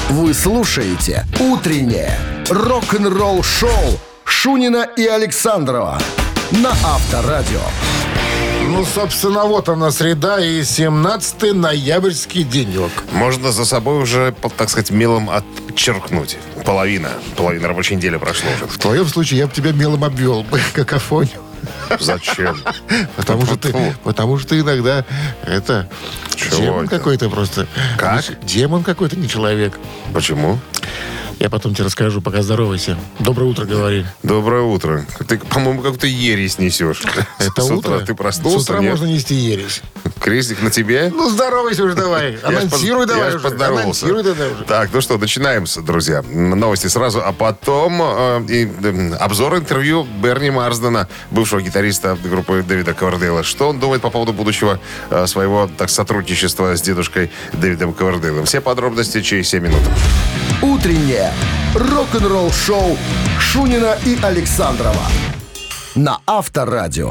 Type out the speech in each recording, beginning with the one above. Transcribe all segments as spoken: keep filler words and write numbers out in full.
Вы слушаете «Утреннее рок-н-ролл-шоу» Шунина и Александрова на Авторадио. Ну, собственно, вот она среда и семнадцатый ноябрьский денек. Можно за собой уже, так сказать, мелом отчеркнуть. Половина. Половина рабочей недели прошло уже. В твоем случае я бы тебя мелом обвел бы, какофонию. Зачем? Потому что ты, потому что ты иногда это Чего демон это? какой-то просто. Как? Демон какой-то, не человек. Почему? Я потом тебе расскажу, пока здоровайся. Доброе утро, говори. Доброе утро. Ты, по-моему, какую-то ересь несешь. Это С утро. утра ты проснулся? С утра нет? можно нести ересь. Крестик на тебе? Ну, здоровайся уже давай. Я ж Анонсируй поз- давай я ж уже. поздоровался. Анонсируй давай уже. Так, ну что, начинаем, друзья. Новости сразу, а потом э, и, э, обзор интервью Берни Марсдена, бывшего гитариста группы Дэвида Ковердейла. Что он думает по поводу будущего э, своего так, сотрудничества с дедушкой Дэвидом Ковердейлом. Все подробности через семь минут. «Утреннее рок-н-ролл-шоу» Шунина и Александрова на Авторадио.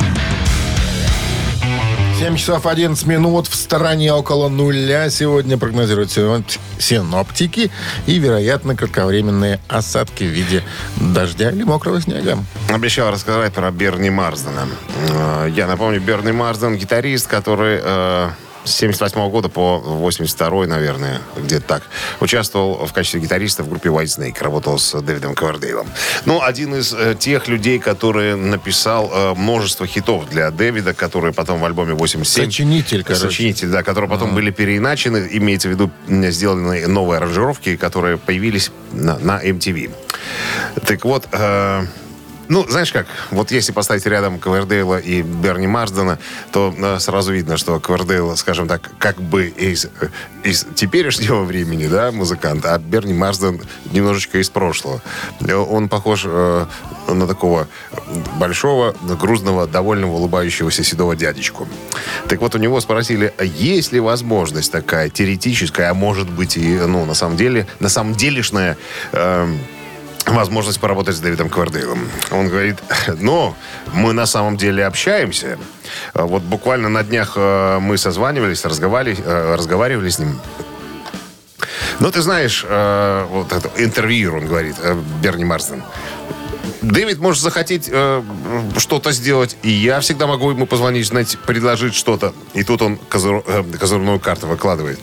семь часов одиннадцать минут. В стороне около нуля сегодня прогнозируют синоп- синоптики. И, вероятно, кратковременные осадки в виде дождя или мокрого снега. Обещал рассказать про Берни Марсдена. Э, Я напомню, Берни Марсден — гитарист, который э, с семьдесят восьмого года по восемьдесят второй, наверное, где-то так, участвовал в качестве гитариста в группе White Snake, работал с Дэвидом Ковердейлом. Ну, один из э, тех людей, который написал э, множество хитов для Дэвида, которые потом в альбоме восемьдесят семь... Сочинитель, короче. Сочинитель, да, которые потом были переиначены, имеется в виду, м, сделаны новые аранжировки, которые появились на, на эм ти ви. Так вот... э, Ну, знаешь как, вот если поставить рядом Ковердейла и Берни Марсдена, то э, сразу видно, что Ковердейл, скажем так, как бы из, из теперешнего времени, да, музыкант, а Берни Марсден немножечко из прошлого. Он похож э, на такого большого, грузного, довольного, улыбающегося седого дядечку. Так вот, у него спросили, есть ли возможность такая теоретическая, а может быть и, ну, на самом деле, на самом делешная... Э, возможность поработать с Дэвидом Ковердейлом. Он говорит, ну, мы на самом деле общаемся. Вот буквально на днях э, мы созванивались, разговаривали, э, разговаривали с ним. Ну, ты знаешь, э, вот это интервью, он говорит, э, Берни Марсден. Дэвид может захотеть э, что-то сделать, и я всегда могу ему позвонить, знаете, предложить что-то. И тут он козыр, э, козырную карту выкладывает.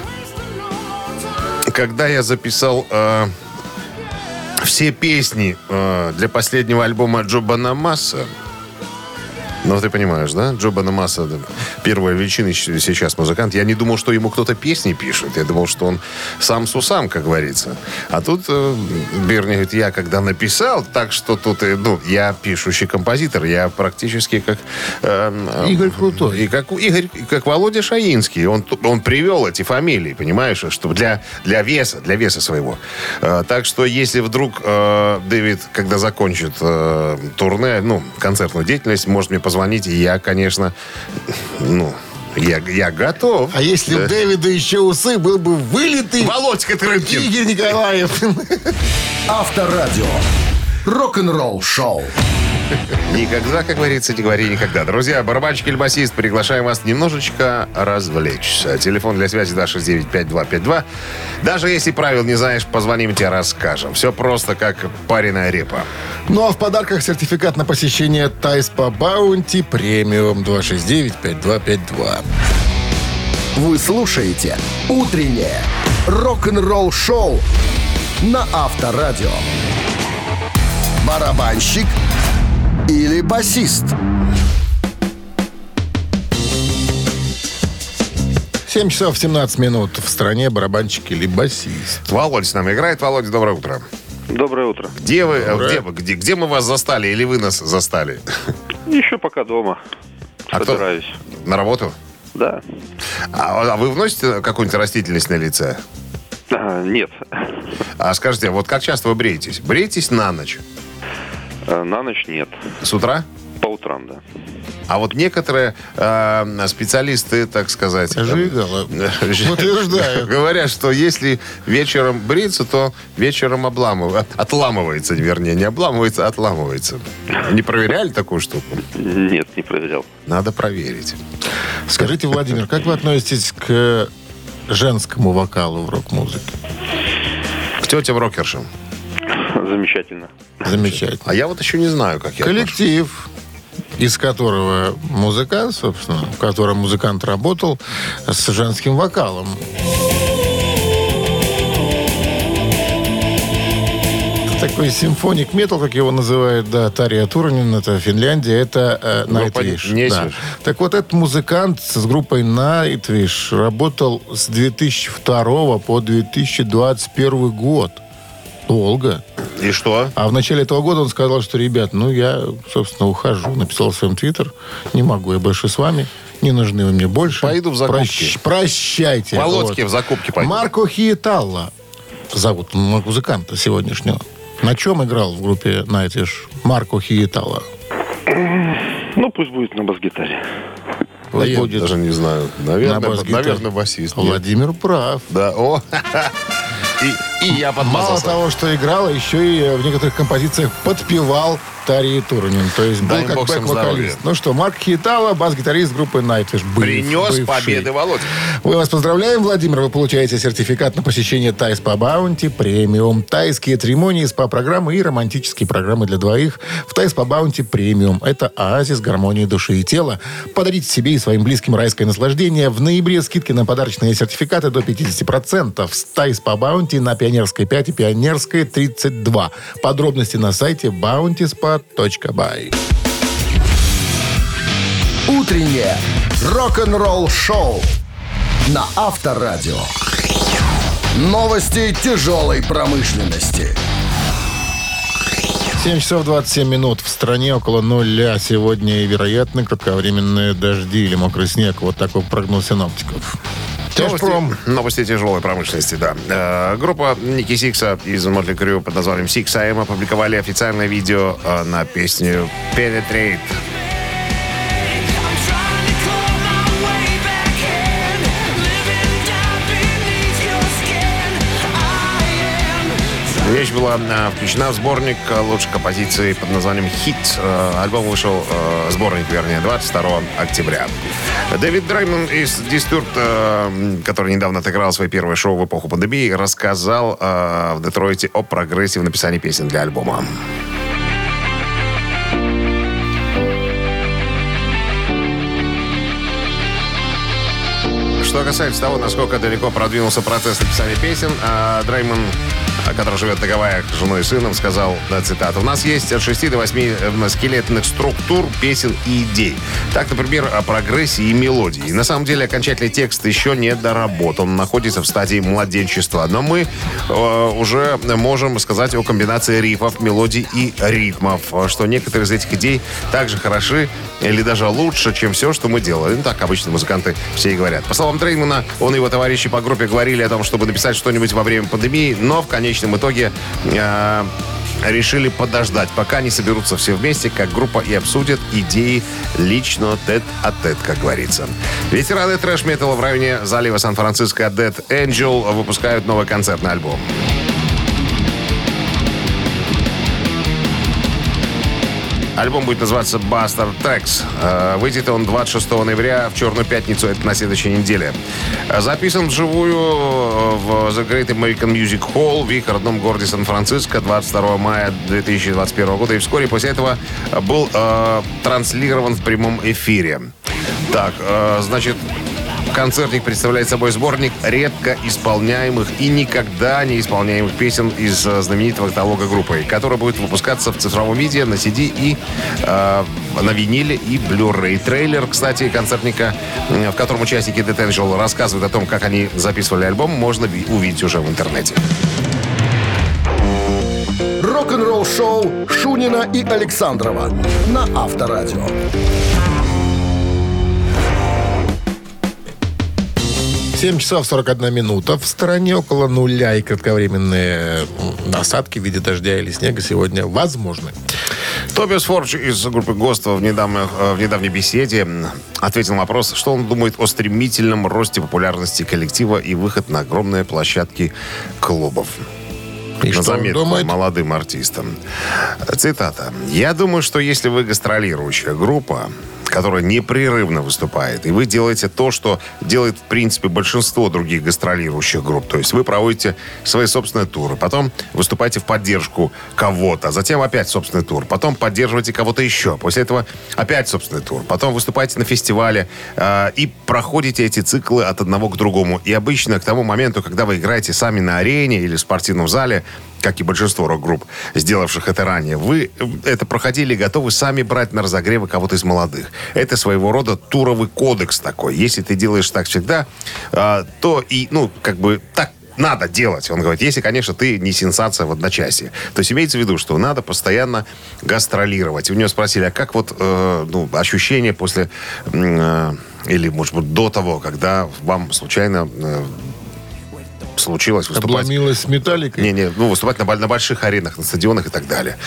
Когда я записал... Э, все песни э, для последнего альбома Джо Бонамасса, ну, ты понимаешь, да? Джо Бонамасса, да, первая величина сейчас музыкант. Я не думал, что ему кто-то песни пишет. Я думал, что он сам с усам, как говорится. А тут э, Берни говорит, я когда написал, так что тут, э, ну, я пишущий композитор. Я практически как... Э, Игорь Крутой. И как Игорь, и как Володя Шаинский. Он, он привел эти фамилии, понимаешь, чтобы для, для веса, для веса своего. Э, так что, если вдруг э, Дэвид, когда закончит э, турне, ну, концертную деятельность, может мне позвонить, и я, конечно, ну, я, я готов. А если да. у Дэвида еще усы, был бы вылитый Володька Трынкин. Игорь Николаев. Авторадио. Рок-н-ролл-шоу. Никогда, как говорится, не говори никогда. Друзья, барабанщик или басист, приглашаем вас немножечко развлечься. Телефон для связи два шесть девять пять два пять два. Даже если правил не знаешь, позвоним, тебе расскажем. Все просто, как пареная репа. Ну а в подарках сертификат на посещение Тайс по Баунти премиум два шесть девять пять два пять два. Вы слушаете «Утреннее рок-н-ролл-шоу» на Авторадио. Барабанщик или басист? семь часов семнадцать минут. В стране барабанщик или басист. Володя с нами играет. Володя, доброе утро. Доброе утро. Где вы, Доброе. где, вы- где, где мы вас застали или вы нас застали? Еще пока дома. А кто? Собираюсь. На работу? Да. А, а вы вносите какую-нибудь растительность на лице? А, нет. А скажите, вот как часто вы бреетесь? Бреетесь на ночь? А, на ночь нет. С утра? По утрам, да. А вот некоторые э, специалисты, так сказать... Жигало. э, Утверждают. Говорят, что если вечером бриться, то вечером обламыв- отламывается, вернее, не обламывается, а отламывается. Не проверяли такую штуку? Нет, не проверял. Надо проверить. Скажите, Владимир, как вы относитесь к женскому вокалу в рок-музыке? К тетям рокершам. Замечательно. Замечательно. А я вот еще не знаю, как я отношусь. Коллектив, из которого музыкант, собственно, в котором музыкант работал с женским вокалом. Такой симфоник метал, как его называют, да, Тарja Turunen, это Финляндия, это э, Nightwish. Не Да. Так вот, этот музыкант с группой Nightwish работал с две тысячи второго по две тысячи двадцать первый год. Долго. И что? А в начале этого года он сказал, что, ребят, ну, я, собственно, ухожу. Написал в своем твиттер, не могу я больше с вами, не нужны вы мне больше. Пойду в закупки. Прощ- прощайте. Володьке Вот. в закупки пойду. Марко Хиеталла зовут музыканта сегодняшнего. На чем играл в группе Nightwish Марко Хиеталла? Ну, пусть будет на бас-гитаре. Пусть Да я будет даже не знаю. Наверное, на бас-гитаре. наверное басист. Нет. Владимир прав. Да, о. И, и я Мало подмазался. того, что играл, а еще и в некоторых композициях подпевал Тарja Turunen. То есть был Дай как бог всем бэк-вокалист. здоровья. Ну что, Марк Хиеталла, бас-гитарист группы Nightwish. быв- Принес бывший. победы, Володь. Мы вас поздравляем, Владимир. Вы получаете сертификат на посещение Thai Spa Bounty Премиум. Тайские церемонии, спа-программы и романтические программы для двоих в Thai Spa Bounty Премиум. Это оазис гармонии души и тела. Подарите себе и своим близким райское наслаждение. В ноябре скидки на подарочные сертификаты до пятьдесят процентов. С Thai Spa Bounty на Пионерской пять и Пионерской тридцать два. Подробности на сайте баунти спа точка бай. Утреннее рок-н-ролл-шоу на Авторадио. Новости тяжелой промышленности. семь часов двадцать семь минут. В стране около нуля. Сегодня и, вероятно, кратковременные дожди или мокрый снег. Вот такой прогноз синоптиков. Тяжпром. Новости, новости тяжелой промышленности, да. Э, группа Ники Сикса из Motley Crue под названием Six а эм опубликовали официальное видео э, на песню Penetrate. Вещь была э, включена в сборник э, лучших композиций под названием «Хит». Э, альбом вышел, э, сборник, вернее, двадцать второго октября. Дэвид Дреймон из Disturbed, э, который недавно отыграл свое первое шоу в эпоху пандемии, рассказал э, в Детройте о прогрессе в написании песен для альбома. Что касается того, насколько далеко продвинулся процесс написания песен, э, Дреймон, который живет на Гавайях с женой и сыном, сказал, да, цитата: «У нас есть от шести до восьми скелетных структур, песен и идей. Так, например, о прогрессе и мелодии. И на самом деле окончательный текст еще не доработан, он находится в стадии младенчества. Но мы э, уже можем сказать о комбинации рифов, мелодий и ритмов, что некоторые из этих идей также хороши или даже лучше, чем все, что мы делали». Ну, так обычно музыканты все и говорят. По словам Дреймона, он и его товарищи по группе говорили о том, чтобы написать что-нибудь во время пандемии, но в конечном итоге э, решили подождать, пока не соберутся все вместе, как группа, и обсудят идеи лично тет-а-тет, как говорится. Ветераны трэш-металла в районе залива Сан-Франциско Dead Angel выпускают новый концертный альбом. Альбом будет называться Bastard Tracks. Выйдет он двадцать шестого ноября в Черную пятницу, это на следующей неделе. Записан вживую в The Great American Music Hall в их родном городе Сан-Франциско двадцать второго мая две тысячи двадцать первого года. И вскоре после этого был э, транслирован в прямом эфире. Так, э, значит... Концертник представляет собой сборник редко исполняемых и никогда не исполняемых песен из знаменитого каталога группы, который будет выпускаться в цифровом виде на си ди и э, на виниле и Blu-ray. Трейлер, кстати, концертника, в котором участники Dead Angel рассказывают о том, как они записывали альбом, можно увидеть уже в интернете. Рок-н-ролл-шоу Шунина и Александрова на Авторадио. семь часов сорок одна минута. В стороне около нуля, и кратковременные осадки в виде дождя или снега сегодня возможны. Тобиас Фордж из группы Ghost в, недавно, в недавней беседе ответил на вопрос, что он думает о стремительном росте популярности коллектива и выход на огромные площадки клубов. И На что он заметку думает? молодым артистам. Цитата. «Я думаю, что если вы гастролирующая группа, которая непрерывно выступает, и вы делаете то, что делает, в принципе, большинство других гастролирующих групп. То есть вы проводите свои собственные туры, потом выступаете в поддержку кого-то, затем опять собственный тур, потом поддерживаете кого-то еще, после этого опять собственный тур, потом выступаете на фестивале э, и проходите эти циклы от одного к другому. И обычно к тому моменту, когда вы играете сами на арене или в спортивном зале, как и большинство рок-групп, сделавших это ранее, вы это проходили, готовы сами брать на разогревы кого-то из молодых. Это своего рода туровый кодекс такой. Если ты делаешь так всегда, э, то и, ну, как бы так надо делать. Он говорит, если, конечно, ты не сенсация в одночасье. То есть имеется в виду, что надо постоянно гастролировать. И у него спросили, а как вот э, ну, ощущения после э, или, может быть, до того, когда вам случайно э, случилось выступать... Обломилась с металликой? Не-не, ну, выступать на, на больших аренах, на стадионах и так далее.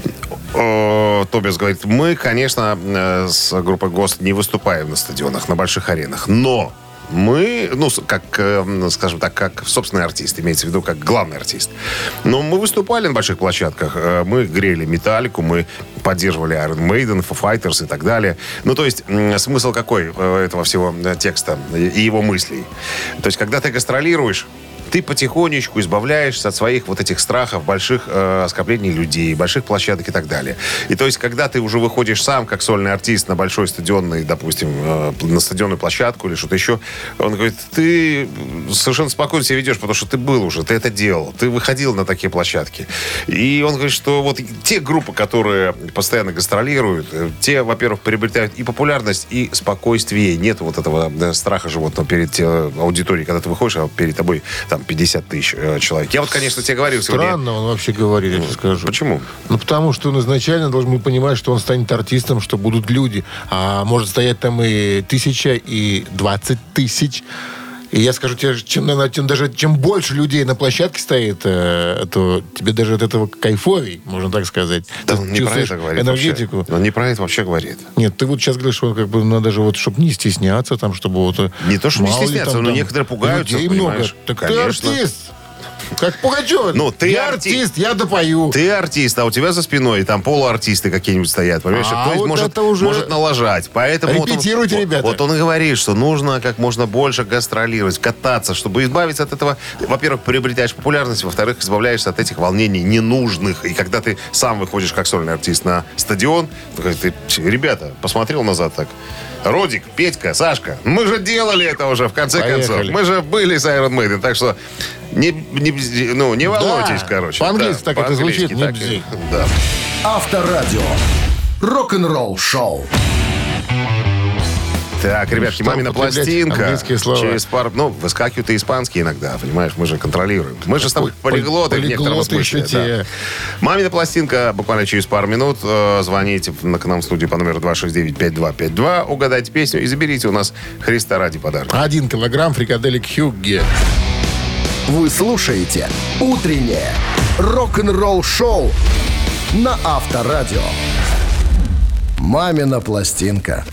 О, Тобиас говорит, мы, конечно, э, с группой ГОСТ не выступаем на стадионах, на больших аренах, но мы, ну, как, скажем так, как собственный артист, имеется в виду, как главный артист. Но мы выступали на больших площадках. Мы грели Металлику, мы поддерживали Iron Maiden, Foo Fighters и так далее. Ну, то есть, смысл какой этого всего текста и его мыслей? То есть, когда ты гастролируешь, ты потихонечку избавляешься от своих вот этих страхов, больших э, скоплений людей, больших площадок и так далее. И то есть, когда ты уже выходишь сам, как сольный артист, на большой стадионный, допустим, э, на стадионную площадку или что-то еще, он говорит, ты совершенно спокойно себя ведешь, потому что ты был уже, ты это делал, ты выходил на такие площадки. И он говорит, что вот те группы, которые постоянно гастролируют, те, во-первых, приобретают и популярность, и спокойствие. Нет вот этого да, страха животного перед э, аудиторией, когда ты выходишь, а перед тобой там пятьдесят тысяч э, человек. Я вот, конечно, тебе говорил сегодня... Странно он вообще говорит, я тебе скажу. Почему? Ну, потому что он изначально должен был понимать, что он станет артистом, что будут люди. А может стоять там и тысяча, и двадцать тысяч. И я скажу тебе, чем, наверное, чем, даже, чем больше людей на площадке стоит, э, то тебе даже от этого кайфовей, можно так сказать. Да, ты он не про это говорит энергетику. Вообще. Он не про это вообще говорит. Нет, ты вот сейчас говоришь, что он как бы надо же вот, чтобы не стесняться, там, чтобы вот... Не то, чтобы не мало ли стесняться, там, но там некоторые пугаются, людей понимаешь? много. Так Конечно. ты артист. Как Пугачев. Ну, ты я арти... артист, я допою. Ты артист, а у тебя за спиной там полуартисты какие-нибудь стоят, понимаешь? А Кто-нибудь вот может, это уже... может налажать. Поэтому Репетируйте, вот он, ребята. Вот он и говорит, что нужно как можно больше гастролировать, кататься, чтобы избавиться от этого. Во-первых, приобретаешь популярность, во-вторых, избавляешься от этих волнений ненужных. И когда ты сам выходишь как сольный артист на стадион, ты, ребята, посмотрел назад так. Родик, Петька, Сашка, мы же делали это уже, в конце Поехали. концов. Мы же были с Iron Maiden, так что не, не, ну, не волнуйтесь, Да, короче. по-английски так это звучит, не так, бзи. да. Авторадио. Рок-н-ролл шоу. Так, ребятки, Что мамина употреблять пластинка. английские слова? Через пару... Ну, выскакивают и испанские иногда, понимаешь? Мы же контролируем. Мы же с тобой Пол- полиглоты в некотором полиглоты смысле. еще те. Да. Мамина пластинка буквально через пару минут. Э, звоните на, к нам в студию по номеру два шесть девять пять два пять два. Угадайте песню и заберите у нас Христа ради подарок. Один килограмм фрикаделек Хюгге. Вы слушаете «Утреннее рок-н-ролл-шоу» на Авторадио. «Мамина пластинка».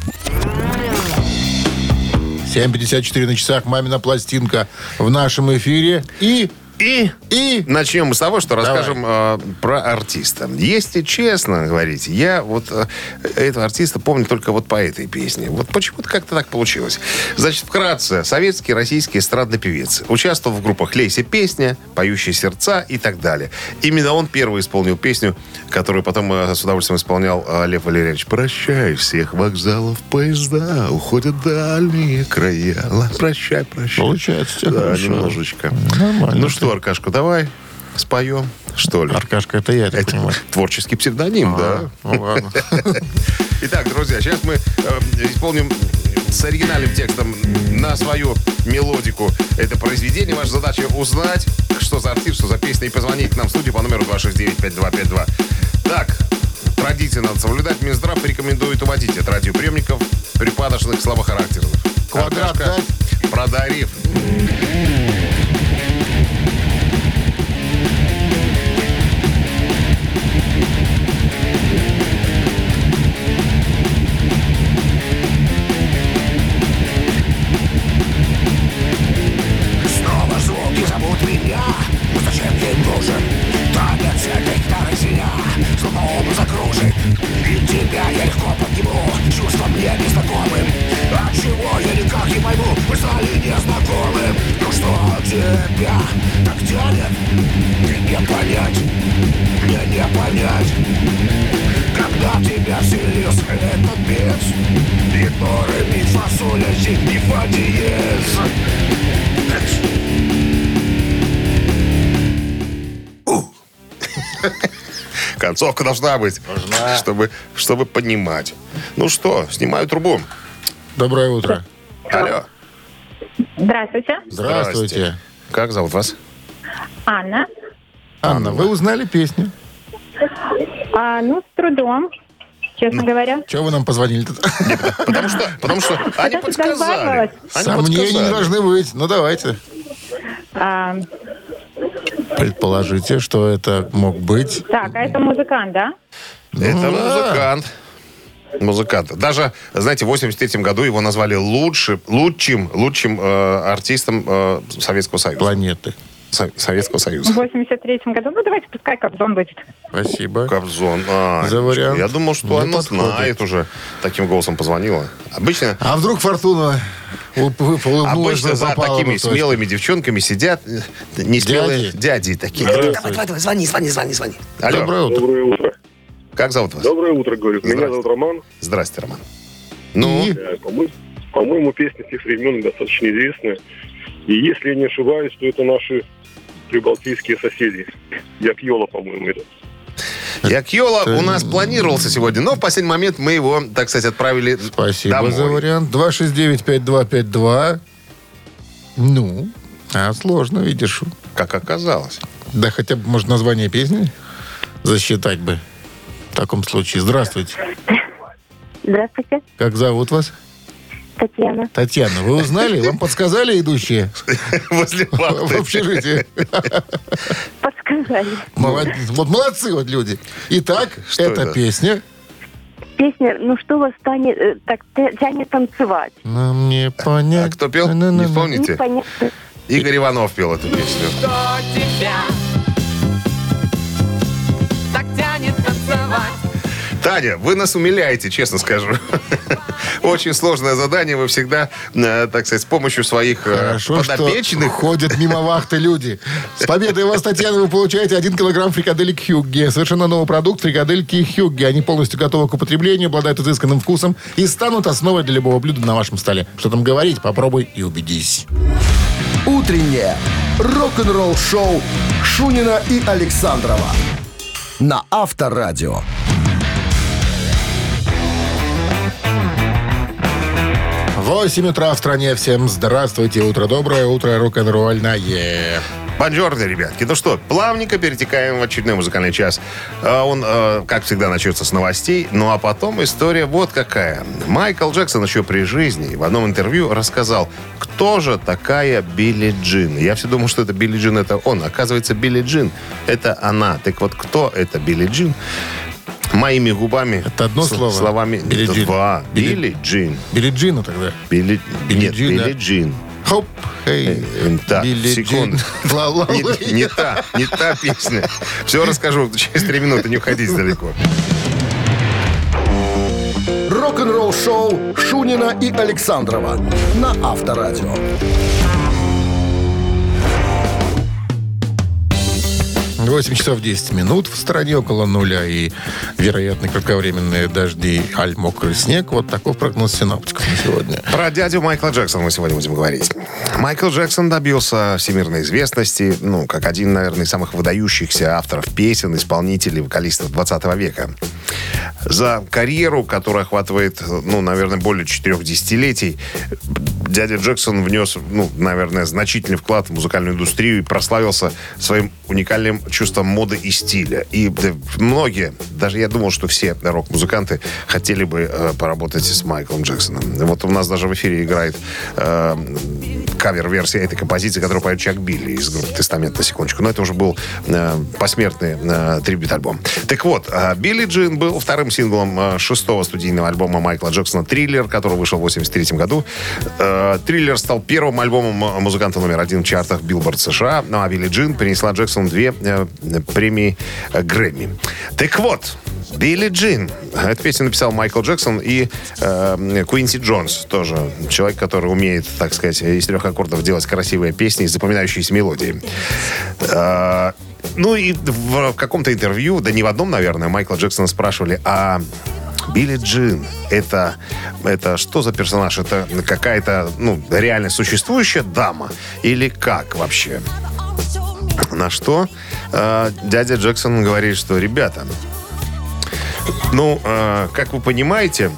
семь пятьдесят четыре на часах. Мамина пластинка в нашем эфире. И... И, И... начнем мы с того, что Давай. расскажем э, про артиста. Если честно говорить, я вот э, этого артиста помню только вот по этой песне. Вот почему-то как-то так получилось. Значит, вкратце, советский, российский эстрадный певец. Участвовал в группах «Лейся песня», «Поющие сердца» и так далее. Именно он первый исполнил песню, которую потом э, с удовольствием исполнял э, Лев Валерьевич. «Прощай, всех вокзалов поезда, уходят дальние края». Прощай, прощай. Получается, тебе Да, хорошо. немножечко. Нормально. Ну что, Аркашка, давай споем, что ли? Аркашка, это я, так Это понимаю. творческий псевдоним, да. Ну ладно. Итак, друзья, сейчас мы э, исполним с оригинальным текстом на свою мелодику это произведение. Ваша задача узнать, что за артист, что за песня, и позвонить нам в студию по номеру два шесть девять пять два пять два. Так, традиции надо соблюдать. Минздрав рекомендует уводить от радиоприемников припадочных слабохарактерных. Квадрат Аркашка, продай риф. Снова звуки зовут меня. Но зачем я им нужен? Танец этой гитары синя, словно оба закружит. И тебя я легко подниму. Чувство мне без так тянет. Мне не понять, мне не понять, когда тебя вселился этот бес. И до, ре, ми, фа, соль, ля, си, ми, фа, диез. Концовка должна быть, Должна. чтобы, чтобы понимать. Ну что, снимаю трубу. Доброе утро. Алло. Здравствуйте. Здравствуйте. Как зовут вас? Анна. Анна, вы узнали песню? А, ну, с трудом, честно говоря. Чего вы нам позвонили-то? Потому что, потому что они Я подсказали. догадывалась. Они Сомнений не подсказали. должны быть. Ну, давайте. А, Предположите, что это мог быть. так, а это музыкант, да? Это Ну, да. музыкант. Музыкант. Даже, знаете, в восемьдесят третьем году его назвали лучше, лучшим, лучшим э, артистом э, Советского Союза. Планеты. Со- Советского В Союза. восемьдесят третьем году. Ну, давайте, пускай Кобзон будет. Спасибо. Кобзон. А, За вариант я думал, что не она подходит. знает уже. Таким голосом позвонила. Обычно, А вдруг Фортуна улыб- улыбнулась, обычно за попала такими бы в точку? смелыми девчонками сидят э, несмелые Дяди. дяди такие. Здравствуйте. Давай, давай, давай, звони, звони, звони, звони. Алло. Доброе утро. Доброе утро. Как зовут вас? Доброе утро, говорю. Меня Здрасте. зовут Роман. Здрасте, Роман. Ну, И? Э, По-моему, по-моему, песня тех времен достаточно известная. И если я не ошибаюсь, то это наши прибалтийские соседи. Якьола, по-моему, это. Якьола у нас планировался сегодня, но в последний момент мы его, так сказать, отправили Спасибо домой. за вариант. два шесть девять пять два пять два. Ну, а сложно, видишь. Как оказалось. Да хотя бы, может, название песни засчитать бы. В таком случае. Здравствуйте. Здравствуйте, Как зовут вас? Татьяна. Татьяна. Вы узнали? Вам подсказали идущие Возле в вахты. общежитии? Подсказали. Молодец. Вот молодцы вот люди. Итак, Что эта это? песня. Песня «Ну что вас станет, э, так т- тянет танцевать». Нам не понять. А кто пел? На-на-на. Не помните? Непонятно. Игорь Иванов пел эту песню. Таня, вы нас умиляете, честно скажу. Очень сложное задание. Вы всегда, э, так сказать, с помощью своих э, Хорошо, что подопечных... ходят мимо вахты люди. С победой вас, Татьяна, вы получаете один килограмм фрикаделек Хюгге. Совершенно новый продукт фрикадельки Хюгге. Они полностью готовы к употреблению, обладают изысканным вкусом и станут основой для любого блюда на вашем столе. Что там говорить, попробуй и убедись. Утреннее рок-н-ролл-шоу Шунина и Александрова на Авторадио. восемь утра в стране. Всем здравствуйте. Утро доброе, утро рок-н-ролльное. Бонжорно, ребятки. Ну что, плавненько перетекаем в очередной музыкальный час. А Он, э, как всегда, начнется с новостей. Ну а потом история вот какая. Майкл Джексон еще при жизни в одном интервью рассказал, кто же такая Билли Джин. Я все думал, что это Билли Джин, это он. Оказывается, Билли Джин — это она. Так вот, кто это Билли Джин? Моими губами. Это одно с- слово? Словами. Билли Джин. Два. Билли- Билли Джин. Билли Джина тогда. Билли... Билли Нет, Джин, да? Билли Джин. Хоп, хей, Э, Так, Билли секунду. Джин. Ла-ла-ла. Не, не та, не та песня. Все расскажу через три минуты, не уходите далеко. Рок-н-ролл-шоу Шунина и Александрова на Авторадио. восемь часов десять минут. В стороне около нуля и, вероятно, кратковременные дожди, аль мокрый снег. Вот такой прогноз синоптиков на сегодня. Про дядю Майкла Джексона мы сегодня будем говорить. Майкл Джексон добился всемирной известности, ну, как один, наверное, из самых выдающихся авторов песен, исполнителей, вокалистов двадцатого века. За карьеру, которая охватывает, ну, наверное, более четырех десятилетий, дядя Джексон внес, ну, наверное, значительный вклад в музыкальную индустрию и прославился своим уникальным чувством моды и стиля. И да, многие, даже я думал, что все рок-музыканты хотели бы э, поработать с Майклом Джексоном. Вот у нас даже в эфире играет э, кавер-версия этой композиции, которую поет Чак Билли из группы «Тестамент», на секундочку. Но это уже был э, посмертный э, трибют-альбом. Так вот, э, «Билли Джин» был вторым синглом э, шестого студийного альбома Майкла Джексона «Триллер», который вышел в восемьдесят третьем году. Э, «Триллер» стал первым альбомом музыканта номер один в чартах Billboard США. Ну а «Билли Джин» принесла Джексону две э, премии э, Грэмми. Так вот, Билли Джин. Эту песню написал Майкл Джексон и э, Куинси Джонс. Тоже человек, который умеет, так сказать, из трех аккордов делать красивые песни и запоминающиеся мелодии. Э, ну и в каком-то интервью, да не в одном, наверное, Майкла Джексона спрашивали, а Билли Джин, это, это что за персонаж? Это какая-то, ну, реально существующая дама? Или как вообще? На что э, дядя Джексон говорит, что, ребята, ну, э, как вы понимаете,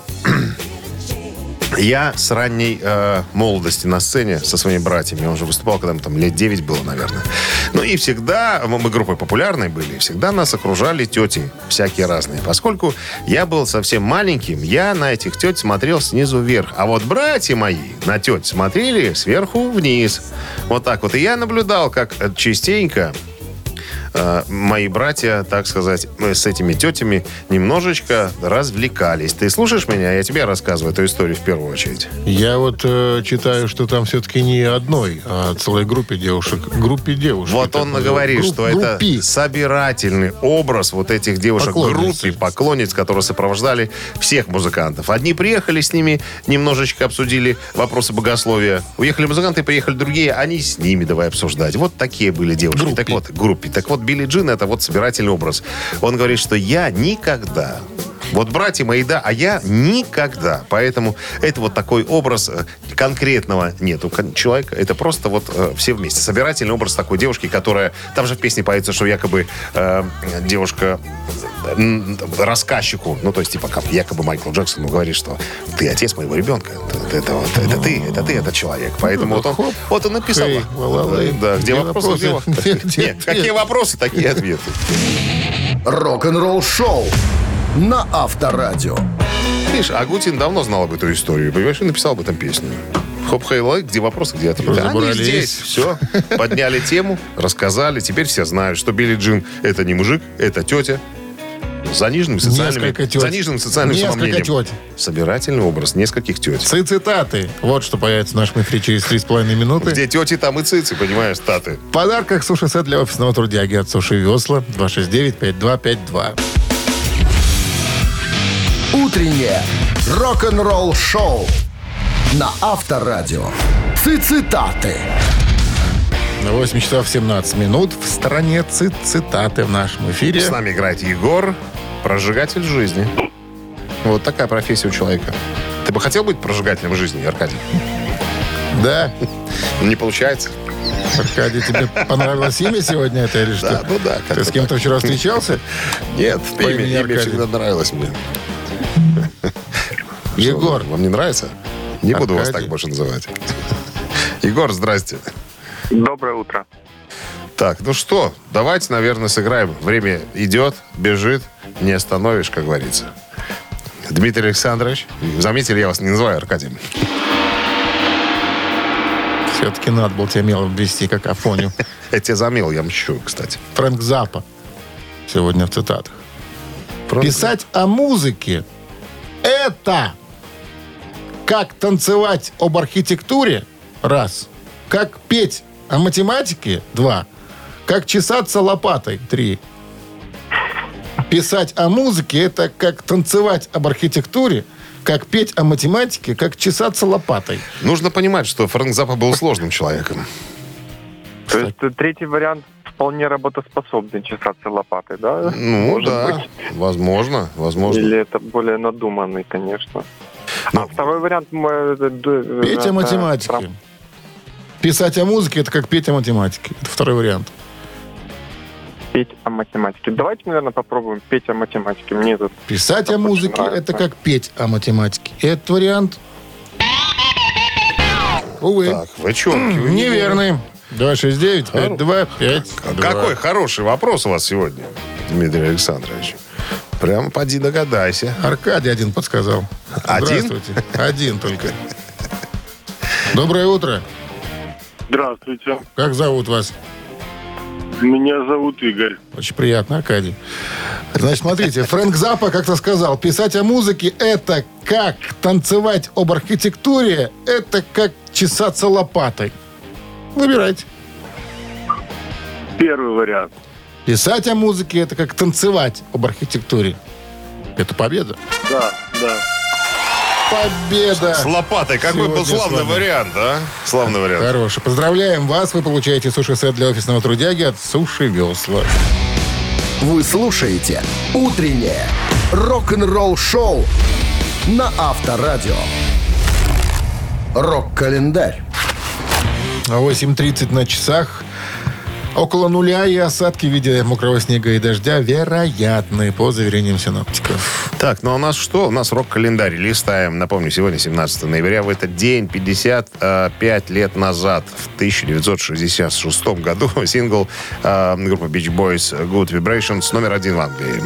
я с ранней э, молодости на сцене со своими братьями, он уже выступал, когда ему там лет девять было, наверное. Ну и всегда, мы группой популярной были, всегда нас окружали тети всякие разные. Поскольку я был совсем маленьким, я на этих тет смотрел снизу вверх. А вот братья мои на тет смотрели сверху вниз. Вот так вот. И я наблюдал, как частенько э, мои братья, так сказать, с этими тетями немножечко развлекались. Ты слушаешь меня? Я тебе рассказываю эту историю в первую очередь. Я вот э, читаю, что там все-таки не одной, а целой группе девушек. Группе девушек. Вот он говорит, Групп, что группи. это собирательный образ вот этих девушек, Поклонниц. группе, поклонниц, которые сопровождали всех музыкантов. Одни приехали с ними, немножечко обсудили вопросы богословия. Уехали музыканты, приехали другие, они с ними давай обсуждать. Вот такие были девушки. Группе. Так вот, группе. Так вот, Билли Джин — это вот собирательный образ. Он говорит, что я никогда... Вот братья мои, да, а я никогда. Поэтому это вот такой образ, конкретного нету человека. Это просто вот э, все вместе. Собирательный образ такой девушки, которая... Там же в песне поется, что якобы э, девушка э, рассказчику, ну, то есть, типа, как якобы Майкл Джексон говорит, что ты отец моего ребенка. Это, это, вот, это ты, это ты, это человек. Поэтому вот он, вот он написал. Хей, ла-ла-лей. Да, где Где вопросы? вопросы? Где- Где Нет, ответы? какие вопросы, такие ответы. Рок-н-ролл шоу на Авторадио. Видишь, Агутин давно знал об эту историю, понимаешь, и написал об этом песню. Хоп, хей, лайк, где вопросы, где ответы? Они Разобрались. здесь, все. Подняли тему, рассказали. Теперь все знают, что Билли Джин — это не мужик, это тетя. С заниженным социальным, Несколько тет. заниженным социальным Несколько самомнением. тет. Собирательный образ нескольких тет. Цитаты. Вот что появится в нашем эфире через три с половиной минуты. Где тети, там и цицы, понимаешь, статы. В подарках суши-сет для офисного трудяги от Суши Весла. два шесть девять пять два пять два. Утреннее рок-н-ролл шоу на Авторадио. Цитаты. восемь часов семнадцать минут. В стороне цит цитаты в нашем эфире. С нами играет Егор, прожигатель жизни. Вот такая профессия у человека. Ты бы хотел быть прожигателем жизни, Аркадий? Да. Не получается. Аркадий, тебе понравилось имя сегодня это или что? Да, ну да, Ты как-то с кем-то так. вчера встречался? Нет, По имя, имени имя Аркадий. всегда нравилось мне. Егор. Что, вам не нравится? Не буду вас Аркадий. так больше называть. Егор, здрасте. Доброе утро. Так, ну что, давайте, наверное, сыграем. Время идет, бежит, не остановишь, как говорится. Дмитрий Александрович, заметили, я вас не называю Аркадием. Все-таки надо было тебя мелом ввести, как Афоню. Я тебя замел, я мщу, кстати. Фрэнк Заппа. Сегодня в цитатах. Просто- Писать о музыке — это как танцевать об архитектуре — раз. Как петь о математике — два. Как чесаться лопатой — три. Писать о музыке — это как танцевать об архитектуре, как петь о математике, как чесаться лопатой. Нужно понимать, что Фрэнк Заппа был сложным человеком. То есть э, третий вариант вполне работоспособный, чесаться лопатой, да? Ну, Может да, быть. возможно, возможно. Или это более надуманный, конечно. Ну, А второй вариант... мы, э, д- Петь это о математике. прям- Писать о музыке — это как петь о математике. Это второй вариант. Петь о математике. Давайте, наверное, попробуем петь о математике. Мне тут... Писать о Очень музыке — нравится. это как петь о математике. Этот вариант, увы, Так, вы чё? неверный. два шесть девять пять два пять два. Какой хороший вопрос у вас сегодня, Дмитрий Александрович. Прям поди догадайся. Аркадий один подсказал. Один? Здравствуйте. Один только. Доброе утро. Здравствуйте. Как зовут вас? Меня зовут Игорь. Очень приятно, Аркадий. Значит, смотрите, Фрэнк Заппа как-то сказал, писать о музыке — это как танцевать об архитектуре, это как чесаться лопатой. Выбирайте. Первый вариант. Писать о музыке — это как танцевать об архитектуре. Это победа. Да, да. Победа! С лопатой. Какой был Сегодня с славный вами. вариант, а? Славный вариант. Хороший. Поздравляем вас. Вы получаете суши-сет для офисного трудяги от Суши Весла. Вы слушаете «Утреннее рок-н-ролл-шоу» на Авторадио. Рок-календарь. восемь тридцать на часах. Около нуля и осадки в виде мокрого снега и дождя вероятны, по заверениям синоптиков. Так, ну а у нас что? У нас рок-календарь. Листаем. Напомню, сегодня семнадцатое ноября. В этот день, пятьдесят пять лет назад, в тысяча девятьсот шестьдесят шестом году, сингл э, группы Beach Boys «Good Vibrations» номер один в Англии.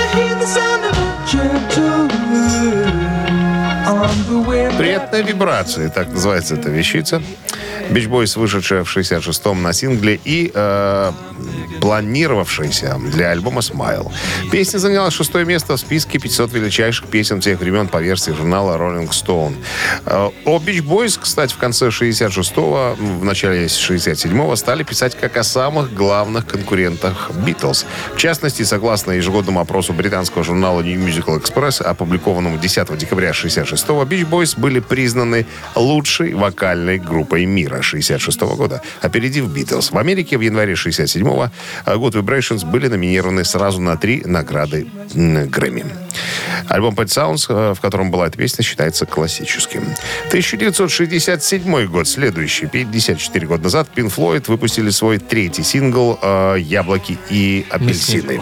Приятные вибрации, так называется эта вещица. Beach Boys, вышедшая в шестьдесят шестом на сингле и э, планировавшаяся для альбома «Smile». Песня заняла шестое место в списке пятисот величайших песен всех времен по версии журнала Rolling Stone. Э, о Beach Boys, кстати, в конце шестьдесят шестого, в начале шестьдесят седьмого стали писать как о самых главных конкурентах Beatles. В частности, согласно ежегодному опросу британского журнала New Musical Express, опубликованному десятого декабря шестьдесят шестого, Beach Boys были признаны лучшей вокальной группой мира шестьдесят шестого года, опередив Beatles. В Америке в январе шестьдесят седьмого Good Vibrations были номинированы сразу на три награды Грэмми. Альбом Pet Sounds, в котором была эта песня, считается классическим. тысяча девятьсот шестьдесят седьмой год, следующий, пятьдесят четыре года назад, Pink Floyd выпустили свой третий сингл «Яблоки и апельсины».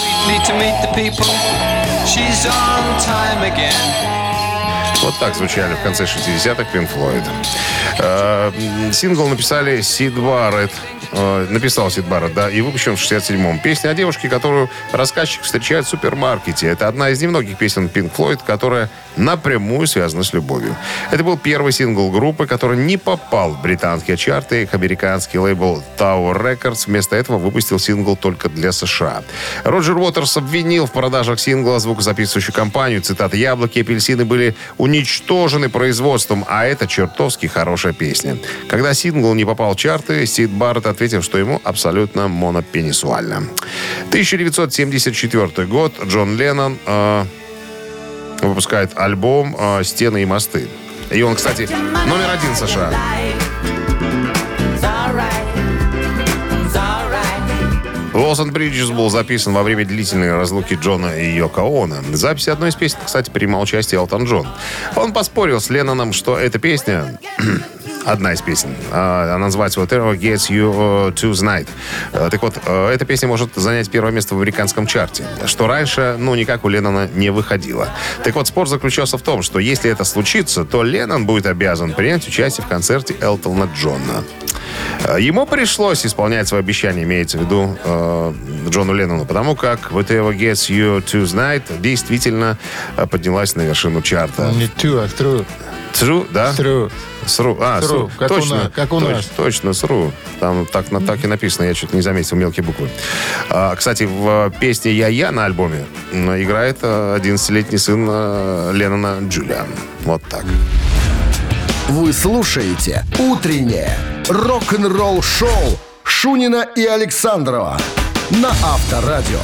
Вот так звучали в конце шестидесятых Pink Floyd. Э, сингл написали Сид Барретт. Э, написал Сид Барретт, да, и выпущен в шестьдесят седьмом. Песня о девушке, которую рассказчик встречает в супермаркете. Это одна из немногих песен Pink Floyd, которая напрямую связана с любовью. Это был первый сингл группы, который не попал в британские чарты. Их американский лейбл Tower Records вместо этого выпустил сингл только для США. Роджер Уотерс обвинил в продажах сингла звукозаписывающую компанию. Цитата: «Яблоки и апельсины были уничтожены производством, а это чертовски хорошая песня». Когда сингл не попал в чарты, Сид Барретт ответил, что ему абсолютно монопенисуально. тысяча девятьсот семьдесят четвёртый год. Джон Леннон э, выпускает альбом э, «Стены и мосты». И он, кстати, номер один в США. «Walls and Bridges» был записан во время длительной разлуки Джона и Йоко Оно. Запись одной из песен, кстати, принимал участие Элтон Джон. Он поспорил с Ленноном, что эта песня... Одна из песен. Она называется «Whatever Gets You Tonight». Так вот, эта песня может занять первое место в американском чарте, что раньше, ну, никак у Леннона не выходило. Так вот, спор заключался в том, что если это случится, то Леннон будет обязан принять участие в концерте Элтона Джона. Ему пришлось исполнять свои обещания, имеется в виду э, Джону Леннону, потому как «Whatever Gets You Tonight» действительно поднялась на вершину чарта. Не too, а true. True, да? True. Сру. А, Сру, сру. как Точно, у нас, как у точ, нас. Точно, сру. Там так, на, так и написано, я что-то не заметил мелкие буквы. А, кстати, в песне «Я-я» на альбоме играет одиннадцатилетний сын Леннона Джулиан. Вот так. Вы слушаете «Утреннее рок-н-ролл-шоу» Шунина и Александрова на Авторадио.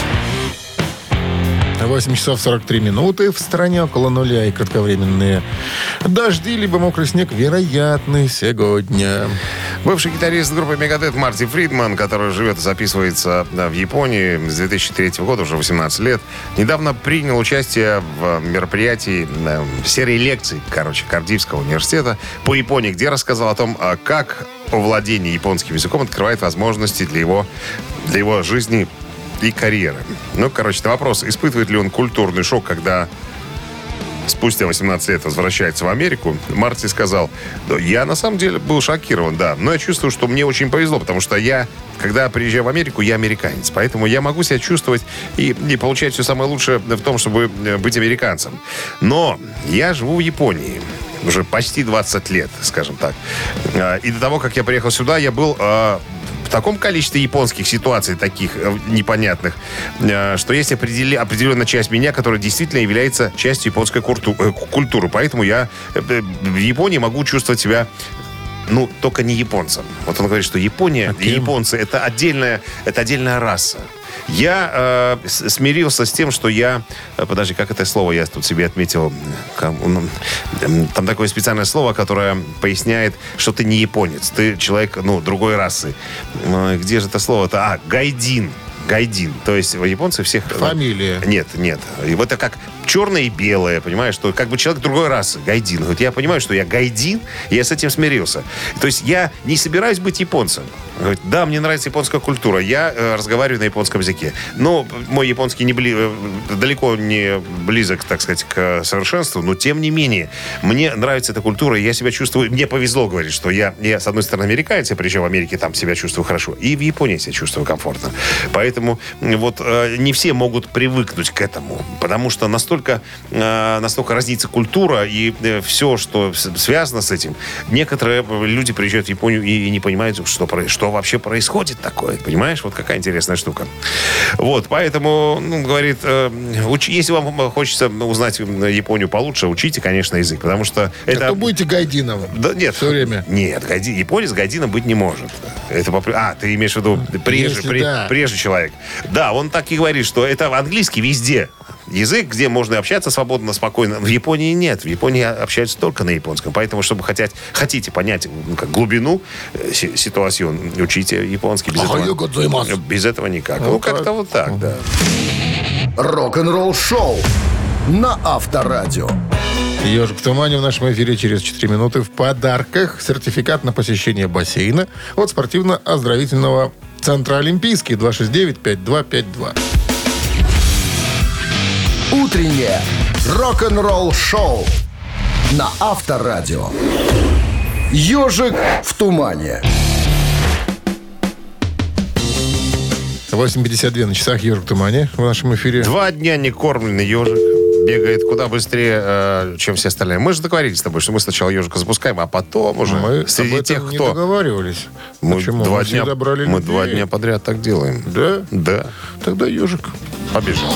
восемь часов сорок три минуты. В стране около нуля и кратковременные дожди, либо мокрый снег вероятны сегодня. Бывший гитарист группы Megadeth Марти Фридман, который живет и записывается в Японии с две тысячи третьего года, уже восемнадцать лет, недавно принял участие в мероприятии, в серии лекций, короче, Кардивского университета по Японии, где рассказал о том, как овладение японским языком открывает возможности для его, для его жизни и карьеры. Ну, короче, на вопрос, испытывает ли он культурный шок, когда спустя восемнадцать лет возвращается в Америку, Марти сказал: я на самом деле был шокирован, да, но я чувствую, что мне очень повезло, потому что я, когда приезжаю в Америку, я американец, поэтому я могу себя чувствовать и, и получать все самое лучшее в том, чтобы быть американцем. Но я живу в Японии уже почти двадцать лет, скажем так. И до того, как я приехал сюда, я был в таком количестве японских ситуаций, таких непонятных, что есть определи, определенная часть меня, которая действительно является частью японской культуры. Поэтому я в Японии могу чувствовать себя, ну, только не японцем. Вот он говорит, что Япония и японцы — это отдельная, это отдельная раса. Я э, с- смирился с тем, что я... э, Подожди, как это слово я тут себе отметил? Как, ну, м, Там такое специальное слово, которое поясняет, что ты не японец. Ты человек, ну, другой расы. Э, Где же это слово-то? А, гайдин. Гайдин. То есть японцы всех... Фамилия. Нет, нет. И вот это как черное и белое, понимаешь, что как бы человек другой расы, гайдин. Говорит, я понимаю, что я гайдин, и я с этим смирился. То есть я не собираюсь быть японцем. Говорит, да, мне нравится японская культура, я э, разговариваю на японском языке. Но мой японский не бли, э, далеко не близок, так сказать, к совершенству, но тем не менее, мне нравится эта культура, и я себя чувствую, мне повезло, говорить, что я, я, с одной стороны, американец, я приезжал в Америке, там себя чувствую хорошо, и в Японии себя чувствую комфортно. Поэтому вот э, не все могут привыкнуть к этому, потому что настолько, э, настолько разнится культура и э, все, что с- связано с этим. Некоторые люди приезжают в Японию и, и не понимают, что, про- что вообще происходит такое. Понимаешь? Вот какая интересная штука. Вот, поэтому, ну, говорит, э, уч- если вам хочется узнать Японию получше, учите, конечно, язык, потому что это... А то будете гайдином Да, нет. все время. Нет, гайди, японец гайдином быть не может. Это по- А, ты имеешь в виду прежний, Если при- да. прежний человек. Да, он так и говорит, что это английский везде. Язык, где можно общаться свободно, спокойно. В Японии нет. В Японии общаются только на японском. Поэтому, чтобы хотеть, хотите понять, ну, как глубину э, си- ситуации, учите японский. Без, Ахайо этого, годзаймасу. без этого никак. Вот ну, так. как-то вот так, да. Рок-н-ролл шоу на Авторадио. «Ежик в тумане» в нашем эфире через четыре минуты. В подарках сертификат на посещение бассейна от спортивно-оздоровительного центра «Олимпийский». два шесть девять пять два пять два. Утреннее рок-н-ролл шоу на Авторадио. «Ежик в тумане». восемь пятьдесят два на часах. «Ежик в тумане» в нашем эфире. Два дня не кормленный ежик бегает куда быстрее, э, чем все остальные. Мы же договорились с тобой, что мы сначала ежика запускаем, а потом уже Мы среди об этом тех, не кто... договаривались. Мы Почему? два Мы дня, всегда брали мы людей. два дня подряд так делаем. Да? Да. Тогда «Ежик». Побежал.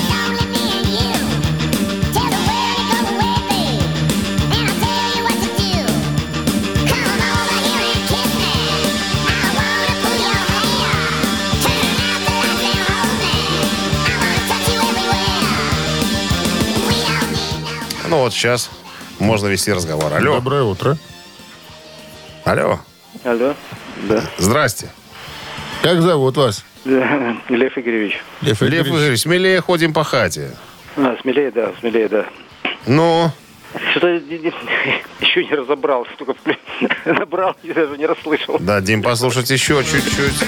Ну вот сейчас можно вести разговор. Алло. Доброе утро. Алло. Алло. Да. Здрасте. Как зовут вас? Лев Игоревич. Лев Лев Игоревич. Игоревич, смелее ходим по хате. А, смелее, да, смелее, да. Ну, Что-то еще не разобрался, только набрал и даже не расслышал. дадим послушать еще чуть-чуть.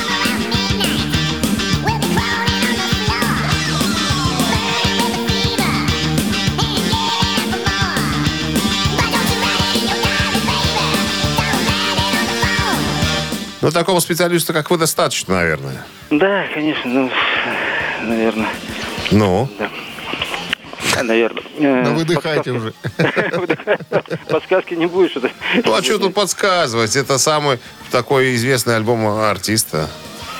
Ну, такого специалиста, как вы, достаточно, наверное. Да, конечно, ну, наверное. Ну, Наверное. Ну, выдыхайте уже. Подсказки не будет, что-то. ну а что тут подсказывать? Это самый такой известный альбом артиста.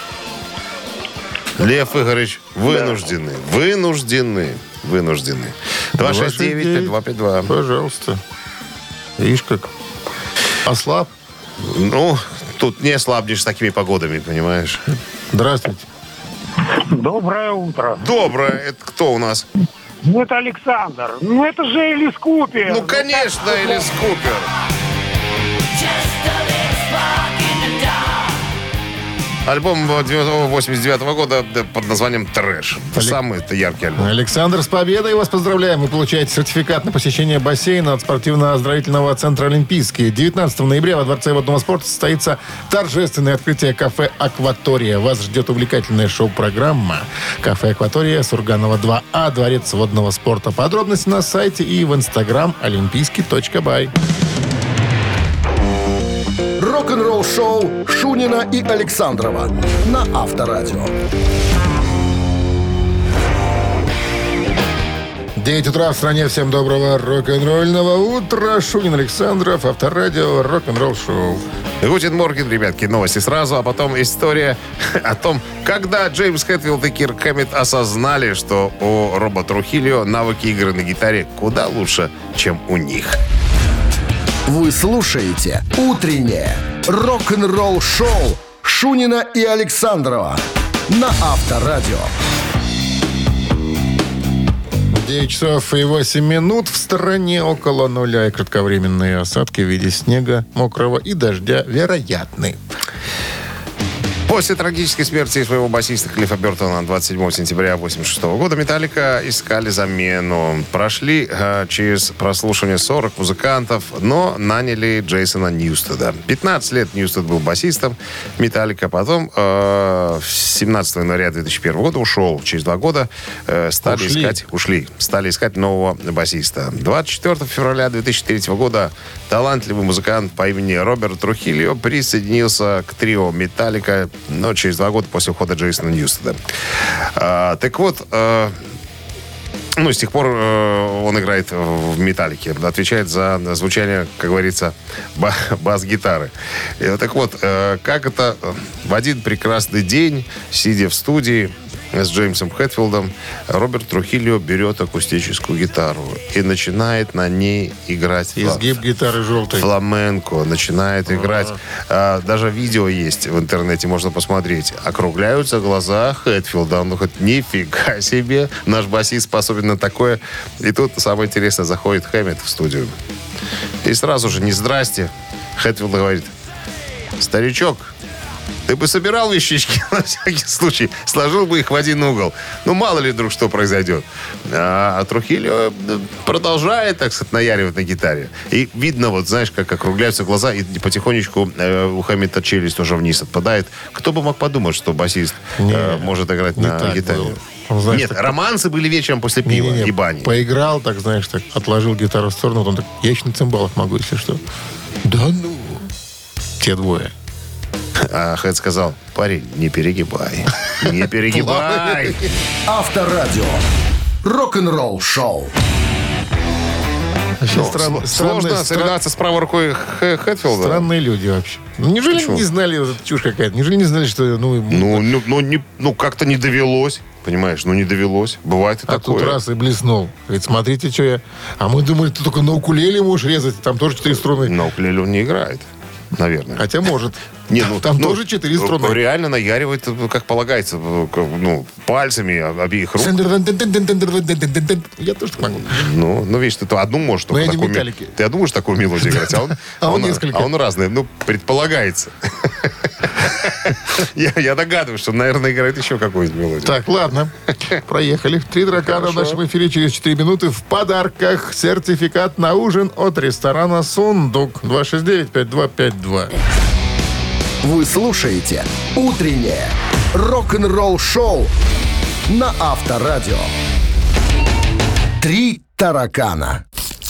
Лев Игоревич, вынуждены, вынуждены, вынуждены. два шесть девять пять два пять два. Пожалуйста. Видишь, как ослаб. Ну, тут не ослабнешь с такими погодами, понимаешь? Здравствуйте. Доброе утро. Доброе. Это кто у нас? Ну, это Александр. Ну, это же Элис Купер. Ну, конечно, Элис Купер. Альбом восемьдесят девятого года под названием «Трэш». Самый это яркий альбом. Александр, с победой вас поздравляем. Вы получаете сертификат на посещение бассейна от спортивно-оздоровительного центра «Олимпийский». девятнадцатого ноября во Дворце водного спорта состоится торжественное открытие кафе «Акватория». Вас ждет увлекательная шоу-программа. Кафе «Акватория», Сурганова два А, Дворец водного спорта. Подробности на сайте и в инстаграм олимпийский точка бай. Рок-н-ролл шоу Шунина и Александрова на Авторадио. девять утра в стране. Всем доброго рок-н-ролльного утра. Шунин, Александров, Авторадио, рок-н-ролл шоу. Гутен Морген, ребятки, новости сразу, а потом история о том, когда Джеймс Хэтфилд и Кирк Хэммит осознали, что у Роба Трухильо навыки игры на гитаре куда лучше, чем у них. Вы слушаете «Утреннее рок-н-ролл шоу» Шунина и Александрова на Авторадио. девять часов и восемь минут. В стороне около нуля и кратковременные осадки в виде снега, мокрого и дождя вероятны. После трагической смерти своего басиста Клиффа Бёртона двадцать седьмого сентября восемьдесят шестого года Металлика искали замену. Прошли э, через прослушивание сорок музыкантов, но наняли Джейсона Ньюстеда. пятнадцать лет Ньюстед был басистом Металлика. Потом э, семнадцатого января две тысячи первого года ушел. Через два года э, стали ушли. искать... Ушли. Стали искать нового басиста. двадцать четвёртого февраля две тысячи третьего года талантливый музыкант по имени Роберт Трухильо присоединился к трио Металлика, но через два года после ухода Джейсона Ньюстеда. А, так вот, а, ну, с тех пор а, он играет в «Металлике», отвечает за звучание, как говорится, ба- бас-гитары. И, так вот, а, как это в один прекрасный день, сидя в студии с Джеймсом Хэтфилдом, Роберт Трухильо берет акустическую гитару и начинает на ней играть. Изгиб гитары желтой. Фламенко. Начинает играть. А, даже видео есть в интернете, можно посмотреть. Округляются глаза Хэтфилда. Он говорит, нифига себе, наш басист способен на такое. И тут самое интересное, заходит Хэммет в студию. И сразу же, не здрасте, Хэтфилд говорит, старичок, ты бы собирал вещички на всякий случай, сложил бы их в один угол. Ну, мало ли вдруг что произойдет. А, а Трухильо продолжает, так сказать, наяривать на гитаре. И видно, вот, знаешь, как округляются глаза, и потихонечку э, у Хэммета челюсть тоже вниз отпадает. Кто бы мог подумать, что басист э, может играть не на так гитаре? было. Он, знаешь, Нет, так... романсы были вечером после пива Не-не-не, и бани. Поиграл, так, знаешь, так, отложил гитару в сторону, вот он так, я еще на цимбалах могу, если что. Да ну. Те двое. А Хэт сказал, парень, не перегибай. Не перегибай. Авторадио. Рок-н-ролл шоу. Вообще Ну, стран- сл- странные- Сложно стра- соревноваться с правой рукой Хэ- Хэтфилда. Странные люди вообще. Ну, неужели Почему? не знали, вот эта чушь какая-то, неужели не знали, что, ну, Ну, ну, ну, не, ну, как-то не довелось. Понимаешь, ну не довелось. Бывает и а такое. тут раз и блеснул. Говорит, смотрите, что я... А мы думали, ты только на укулеле можешь резать, там тоже четыре струны. На укулеле он не играет, наверное. Хотя может. Не, ну, Там ну, тоже четыре струны. Реально наяривает, как полагается, ну, пальцами обеих рук. Я тоже так могу. Ну, ну, видишь, ты то одну можешь Но я только не в такую... «Металлике». Ты одну можешь такую мелодию играть, а он, А он несколько. А он разный, ну, предполагается. Я, я догадываюсь, что, наверное, играет еще какую-нибудь мелодию. Так, ладно. Проехали. Три дракана в нашем эфире через четыре минуты. В подарках сертификат на ужин от ресторана «Сундук». два шесть девять пять два пять два. Вы слушаете «Утреннее рок-н-ролл-шоу» на Авторадио. Три таракана.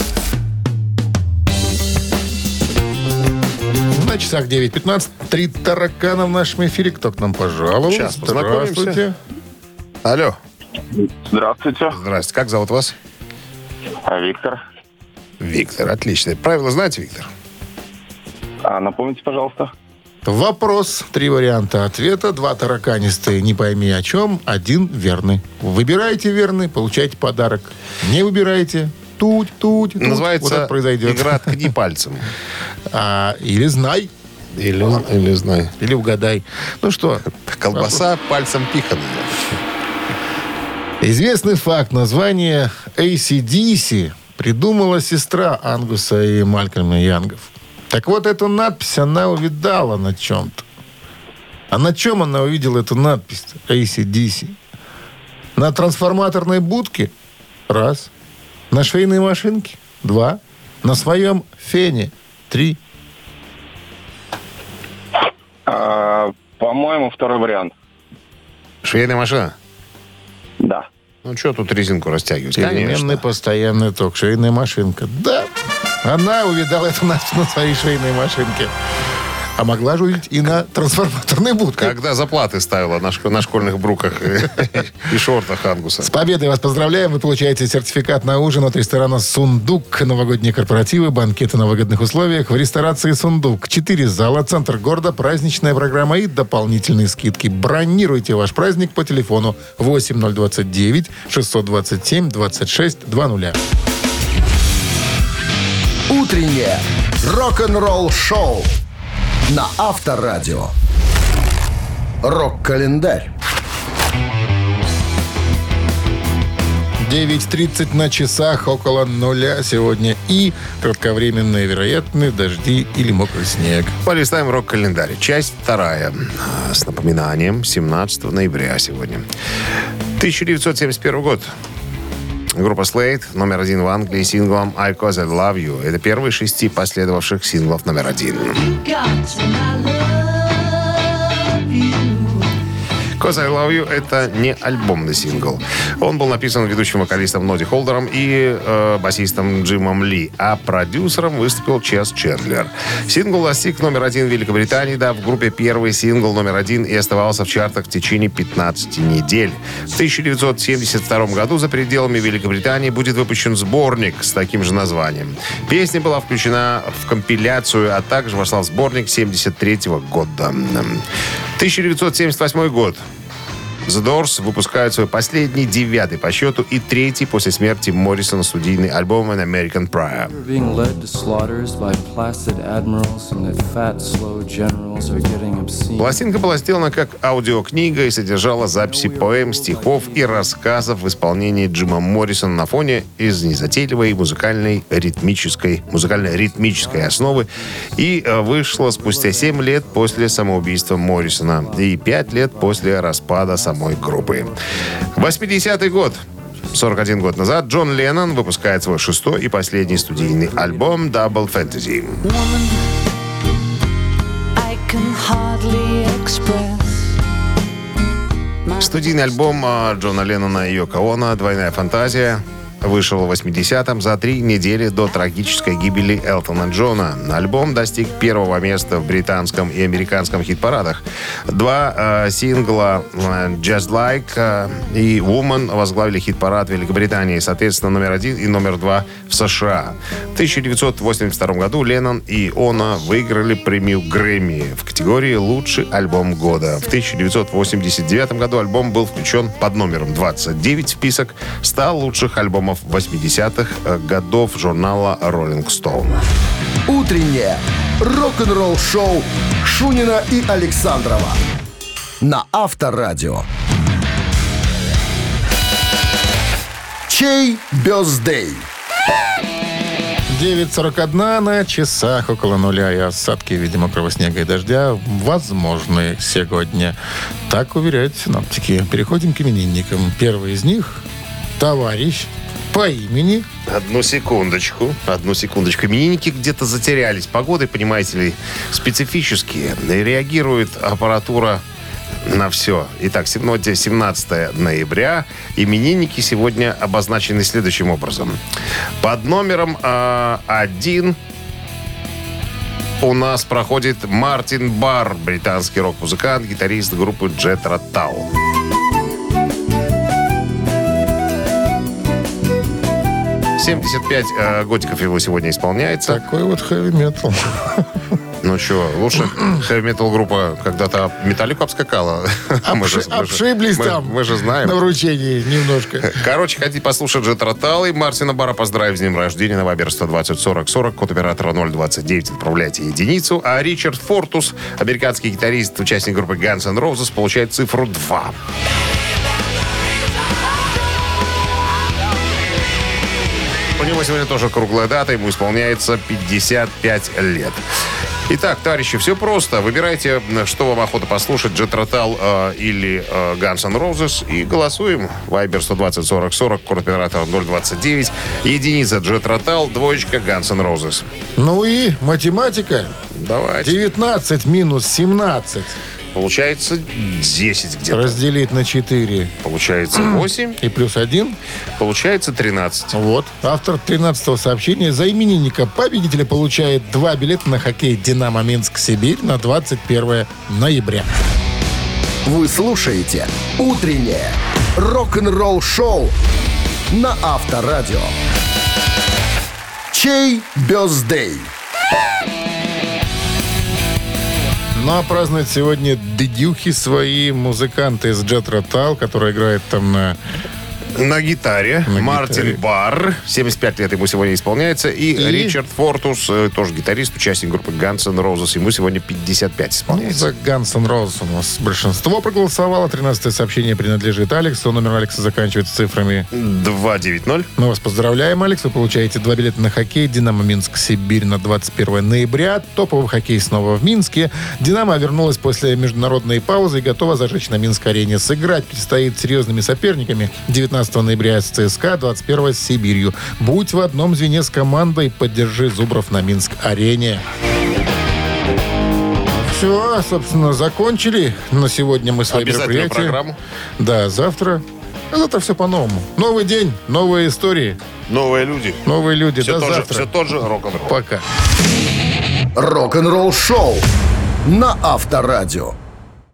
На часах девять пятнадцать. Три таракана в нашем эфире. Кто к нам пожаловал? Сейчас познакомимся. Здравствуйте. Алло. Здравствуйте. Здрасте. Как зовут вас? А Виктор? Виктор. Отлично. Правила знаете, Виктор? А напомните, пожалуйста. Вопрос. Три варианта ответа. Два тараканистые. Не пойми о чем. Один верный. Выбираете верный, получаете подарок. Не выбираете. Тут, тут, тут. Называется вот это произойдет. игра «Ткни пальцем». А, или знай, Или, или знаю. или угадай. Ну что, Колбаса пальцем пиханая. известный факт. Название эй си ди си придумала сестра Ангуса и Малькольма Янгов. Так вот, эту надпись она увидала на чем-то. А на чем она увидела эту надпись эй си ди си? На трансформаторной будке? Раз. На швейной машинке? Два. На своем фене? Три. А, по-моему, второй вариант. Швейная машина? Да. Ну, что тут резинку растягивать? Переменный Конечно. постоянный ток. Швейная машинка. Да. Она увидала эту надпись на своей швейной машинке. А могла же увидеть и на трансформаторной будке. Когда заплаты ставила на, шко- на школьных бруках и шортах Ангуса. С победой вас поздравляем. Вы получаете сертификат на ужин от ресторана «Сундук». Новогодние корпоративы, банкеты на выгодных условиях в ресторации «Сундук». Четыре зала, центр города, праздничная программа и дополнительные скидки. Бронируйте ваш праздник по телефону восемь ноль двадцать девять шестьсот двадцать семь двадцать шесть двадцать. Утреннее рок-н-ролл-шоу на Авторадио. Рок-календарь. девять тридцать на часах, около нуля сегодня. И кратковременные вероятные дожди или мокрый снег. Полистаем рок-календарь. Часть вторая. С напоминанием семнадцатого ноября сегодня. тысяча девятьсот семьдесят первый год. Группа Slade, номер один в Англии, синглом «I Cause I Love You». Это первый из шести последовавших синглов номер один. «Cause I Love You» — это не альбомный сингл. Он был написан ведущим вокалистом Ноди Холдером и э, басистом Джимом Ли, а продюсером выступил Чес Чендлер. Сингл достиг номер один в Великобритании, да, в группе первый сингл номер один и оставался в чартах в течение пятнадцати недель. В тысяча девятьсот семьдесят втором году за пределами Великобритании будет выпущен сборник с таким же названием. Песня была включена в компиляцию, а также вошла в сборник семьдесят третьего года. тысяча девятьсот семьдесят восьмой год. The Doors выпускают свой последний, девятый по счету и третий после смерти Моррисона студийный альбом «An American Prayer». Пластинка была сделана как аудиокнига и содержала записи поэм, стихов и рассказов в исполнении Джима Моррисона на фоне из незатейливой музыкальной ритмической, музыкально-ритмической основы и вышла спустя семь лет после самоубийства Моррисона и пять лет после распада самой группы. восьмидесятый год. сорок один год назад Джон Леннон выпускает свой шестой и последний студийный альбом «Double Fantasy». Студийный альбом Джона Леннона и Йоко Оно «Двойная фантазия» вышел в восьмидесятом за три недели до трагической гибели Элтона Джона. Альбом достиг первого места в британском и американском хит-парадах. Два э, сингла «Just Like» э, и «Woman» возглавили хит-парад Великобритании, соответственно, номер один и номер два в США. В тысяча девятьсот восемьдесят втором году Леннон и Оно выиграли премию Грэмми в категории «Лучший альбом года». В тысяча девятьсот восемьдесят девятом году альбом был включен под номером двадцать девять в список ста лучших альбомов восьмидесятых годов журнала Rolling Stone. Утреннее рок-н-ролл-шоу Шунина и Александрова на Авторадио. Чей бёздей? девять сорок один на часах, около нуля, и осадки в виде мокрого снега и дождя возможны сегодня. Так уверяют синоптики. Переходим к именинникам. Первый из них — товарищ по имени... Одну секундочку. Одну секундочку. Именинники где-то затерялись. Погоды, понимаете ли, специфические. Реагирует аппаратура на все. Итак, сегодня семнадцатого ноября. Именинники сегодня обозначены следующим образом. Под номером э, один у нас проходит Мартин Барр, британский рок-музыкант, гитарист группы Jethro Tull. семьдесят пять э, годиков его сегодня исполняется. Такой вот хэви-метал. Ну что, лучше хэви-метал группа когда-то Металлику обскакала. Обши, обшиблись мы, там. Мы же знаем. На вручении немножко. Короче, хотите послушать Jethro Tull и Мартина Барра поздравить с днем рождения на Вайбер сто двадцать сорок сорок, код оператора ноль двадцать девять, отправляйте единицу. А Ричард Фортус, американский гитарист, участник группы Guns N' Roses, получает цифру два. У него сегодня тоже круглая дата, ему исполняется пятьдесят пять лет. Итак, товарищи, все просто. Выбирайте, что вам охота послушать, Jethro Tull э, или э, Guns N' Roses, и голосуем. Вайбер сто двадцать сорок сорок, код оператора ноль двадцать девять, единица Jethro Tull, двоечка Guns N' Roses. Ну и математика. Давайте. девятнадцать минус семнадцать. Получается десять где-то. Разделить на четыре. Получается восемь. И плюс один. Получается тринадцать. Вот. Автор тринадцатого сообщения за именинника победителя получает два билета на хоккей «Динамо Минск-Сибирь» на двадцать первого ноября. Вы слушаете «Утреннее рок-н-ролл-шоу» на Авторадио. Чей бёздей? Ну, а празднуют сегодня дедюхи свои музыканты из Jethro Tull, которые играют там на На гитаре На Мартин гитаре. Барр, семьдесят пять лет ему сегодня исполняется, и, И? Ричард Фортус, э, тоже гитарист, участник группы Guns N' Roses, ему сегодня пятьдесят пять Ну, исполняется. за Guns N' Roses у нас большинство проголосовало. тринадцатое сообщение принадлежит Алексу. Номер Алекса заканчивается цифрами. два девять ноль. Мы вас поздравляем, Алекс. Вы получаете два билета на хоккей. «Динамо Минск-Сибирь» на двадцать первое ноября. Топовый хоккей снова в Минске. «Динамо» вернулась после международной паузы и готова зажечь на Минск-арене. Сыграть предстоит с серьезными соперниками. девятнадцатого ноября с ЦСКА, двадцать первого с Сибирью. Будь в одном звене с командой. Поддержи зубров на Минск-арене. Все, собственно, закончили. На сегодня мы свои Обязательную мероприятия. программу. Да, завтра. А завтра все по-новому. Новый день, новые истории, Новые люди. новые люди. Все, До тот же, завтра. все тот же рок-н-ролл. Пока. Рок-н-ролл шоу на Авторадио.